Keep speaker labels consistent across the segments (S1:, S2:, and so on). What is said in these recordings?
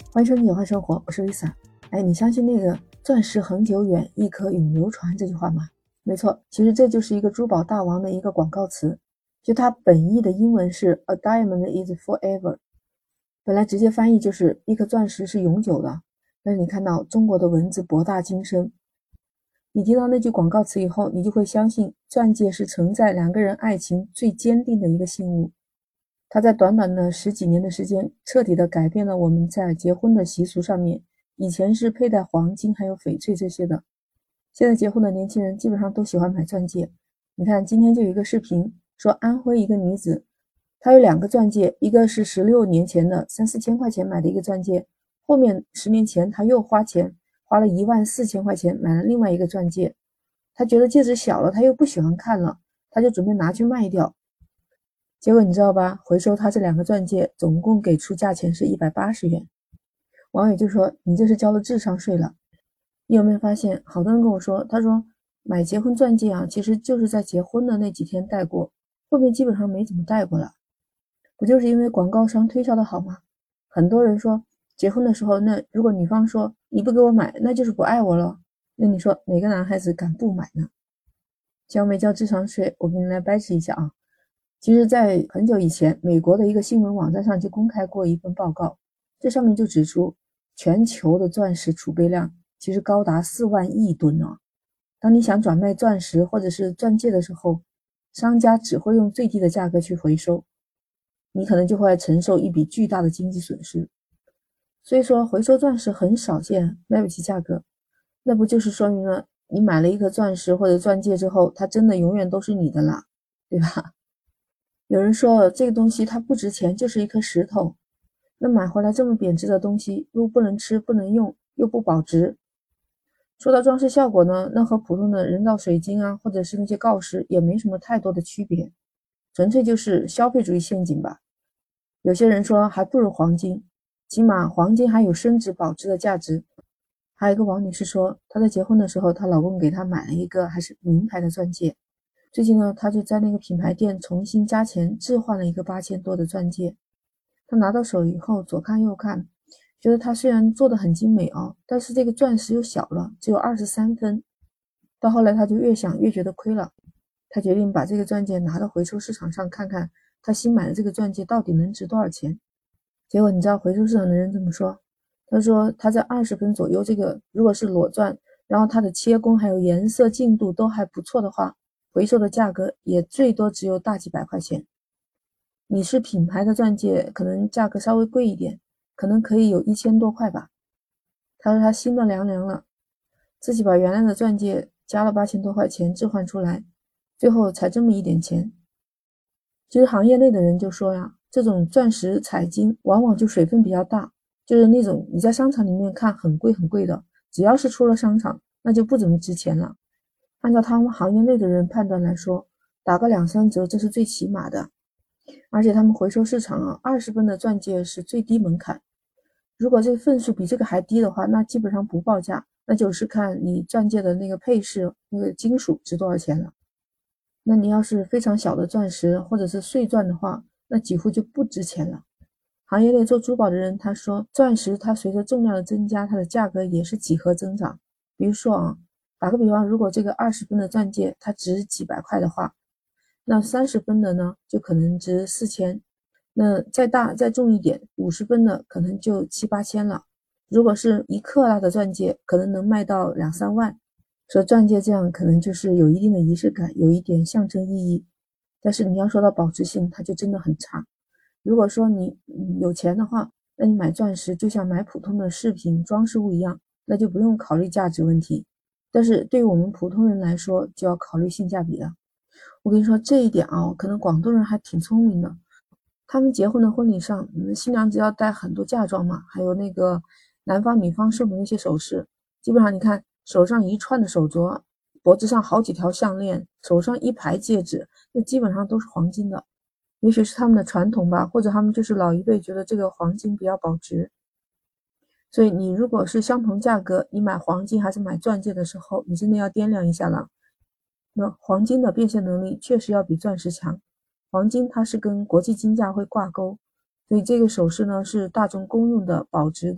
S1: 欢迎收听有话生活，我是 Lisa。你相信那个钻石恒久远，一颗永流传这句话吗？没错，其实这就是一个珠宝大王的一个广告词，就它本意的英文是 A diamond is forever， 本来直接翻译就是一颗钻石是永久的。但是你看到中国的文字博大精深，你听到那句广告词以后，你就会相信钻戒是承载两个人爱情最坚定的一个信物。它在短短的十几年的时间，彻底的改变了我们在结婚的习俗上面。以前是佩戴黄金还有翡翠这些的，现在结婚的年轻人基本上都喜欢买钻戒。你看今天就有一个视频说，安徽一个女子，她有2个钻戒，一个是16年前的3、4千块钱买的一个钻戒，后面10年前她又花了14000块钱买了另外一个钻戒。她觉得戒指小了，她又不喜欢看了，她就准备拿去卖掉。结果你知道吧，回收他这2个钻戒总共给出价钱是180元。网友就说你这是交了智商税了。你有没有发现好多人跟我说，他说买结婚钻戒啊，其实就是在结婚的那几天戴过，后面基本上没怎么戴过了。不就是因为广告商推销的好吗？很多人说结婚的时候，那如果女方说你不给我买，那就是不爱我了。那你说哪个男孩子敢不买呢？交没交智商税，我给你来掰扯一下啊。其实在很久以前，美国的一个新闻网站上就公开过一份报告，这上面就指出全球的钻石储备量其实高达4万亿吨啊。当你想转卖钻石或者是钻戒的时候，商家只会用最低的价格去回收，你可能就会承受一笔巨大的经济损失。所以说回收钻石很少见，卖不起价格，那不就是说明了你买了一颗钻石或者钻戒之后，它真的永远都是你的啦，对吧？有人说这个东西它不值钱，就是一颗石头，那买回来这么贬值的东西，又不能吃不能用，又不保值。说到装饰效果呢，那和普通的人造水晶啊，或者是那些锆石也没什么太多的区别，纯粹就是消费主义陷阱吧。有些人说还不如黄金，起码黄金还有升值保值的价值。还有一个王女士说，她在结婚的时候，她老公给她买了一个还是名牌的钻戒，最近呢，她就在那个品牌店重新加钱置换了一个8000多的钻戒。她拿到手以后左看右看，觉得它虽然做的很精美哦，但是这个钻石又小了，只有23分。到后来她就越想越觉得亏了，她决定把这个钻戒拿到回收市场上看看，她新买的这个钻戒到底能值多少钱。结果你知道回收市场的人怎么说？他说他在20分左右，这个如果是裸钻，然后它的切工还有颜色净度都还不错的话，回收的价格也最多只有大几百块钱。你是品牌的钻戒，可能价格稍微贵一点，可能可以有1000多块吧。他说他心都凉凉了，自己把原来的钻戒加了8000多块钱置换出来，最后才这么一点钱。其实行业内的人就说呀，这种钻石彩晶往往就水分比较大，就是那种你在商场里面看很贵很贵的，只要是出了商场，那就不怎么值钱了。按照他们行业内的人判断来说，打个2、3折这是最起码的。而且他们回收市场啊，20分的钻戒是最低门槛。如果这个份数比这个还低的话，那基本上不报价，那就是看你钻戒的那个配饰，那个金属值多少钱了。那你要是非常小的钻石或者是碎钻的话，那几乎就不值钱了。行业内做珠宝的人他说，钻石它随着重量的增加，它的价格也是几何增长。比如说啊，打个比方，如果这个20分的钻戒它值几百块的话，那30分的呢就可能值4000，那再大再重一点50分的可能就7、8千了。如果是1克拉的钻戒，可能能卖到2、3万。说钻戒这样可能就是有一定的仪式感，有一点象征意义，但是你要说到保值性，它就真的很差。如果说你有钱的话，那你买钻石就像买普通的饰品装饰物一样，那就不用考虑价值问题。但是对于我们普通人来说，就要考虑性价比了。我跟你说这一点啊，可能广东人还挺聪明的。他们结婚的婚礼上，新娘子要戴很多嫁妆嘛，还有那个男方女方送的那些首饰，基本上你看手上一串的手镯，脖子上好几条项链，手上一排戒指，那基本上都是黄金的。也许是他们的传统吧，或者他们就是老一辈觉得这个黄金比较保值。所以你如果是相同价格，你买黄金还是买钻戒的时候，你真的要掂量一下了。那黄金的变现能力确实要比钻石强，黄金它是跟国际金价会挂钩，所以这个首饰呢是大众公用的保值的，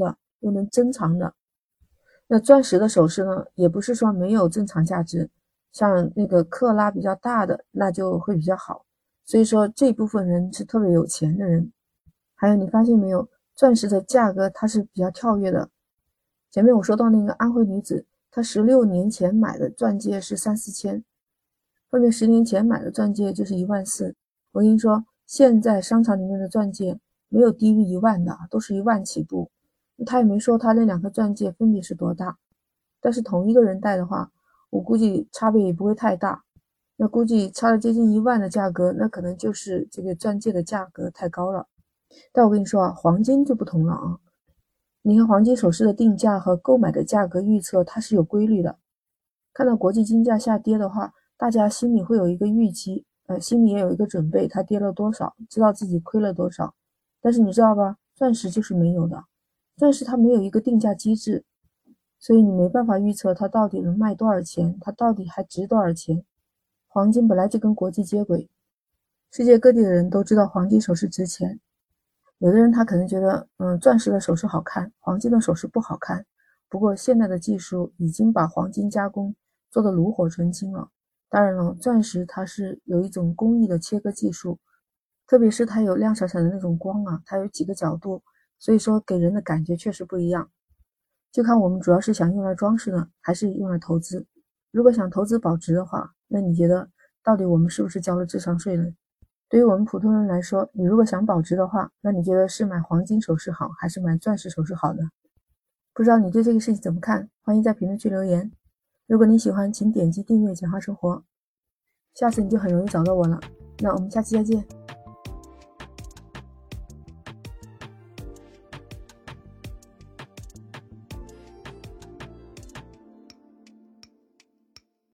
S1: 又能珍藏的。那钻石的首饰呢，也不是说没有珍藏价值，像那个克拉比较大的，那就会比较好。所以说这部分人是特别有钱的人。还有你发现没有，钻石的价格它是比较跳跃的。前面我说到那个安徽女子，她16年前买的钻戒是3、4千，后面10年前买的钻戒就是14000。我跟你说，现在商场里面的钻戒没有低于1万的，都是1万起步。他也没说他那2颗钻戒分别是多大，但是同一个人戴的话，我估计差别也不会太大。那估计差了接近1万的价格，那可能就是这个钻戒的价格太高了。但我跟你说啊，黄金就不同了啊。你看黄金首饰的定价和购买的价格预测，它是有规律的。看到国际金价下跌的话，大家心里会有一个预期，心里也有一个准备，它跌了多少，知道自己亏了多少。但是你知道吧，钻石就是没有的，钻石它没有一个定价机制，所以你没办法预测它到底能卖多少钱，它到底还值多少钱。黄金本来就跟国际接轨，世界各地的人都知道黄金首饰值钱。有的人他可能觉得，钻石的首饰好看，黄金的首饰不好看。不过现在的技术已经把黄金加工做得炉火纯青了。当然了，钻石它是有一种工艺的切割技术，特别是它有亮闪闪的那种光啊，它有几个角度，所以说给人的感觉确实不一样。就看我们主要是想用来装饰呢，还是用来投资。如果想投资保值的话，那你觉得到底我们是不是交了智商税呢？对于我们普通人来说，你如果想保值的话，那你觉得是买黄金首饰好，还是买钻石首饰好呢？不知道你对这个事情怎么看？欢迎在评论区留言。如果你喜欢，请点击订阅简化生活，下次你就很容易找到我了。那我们下期再见。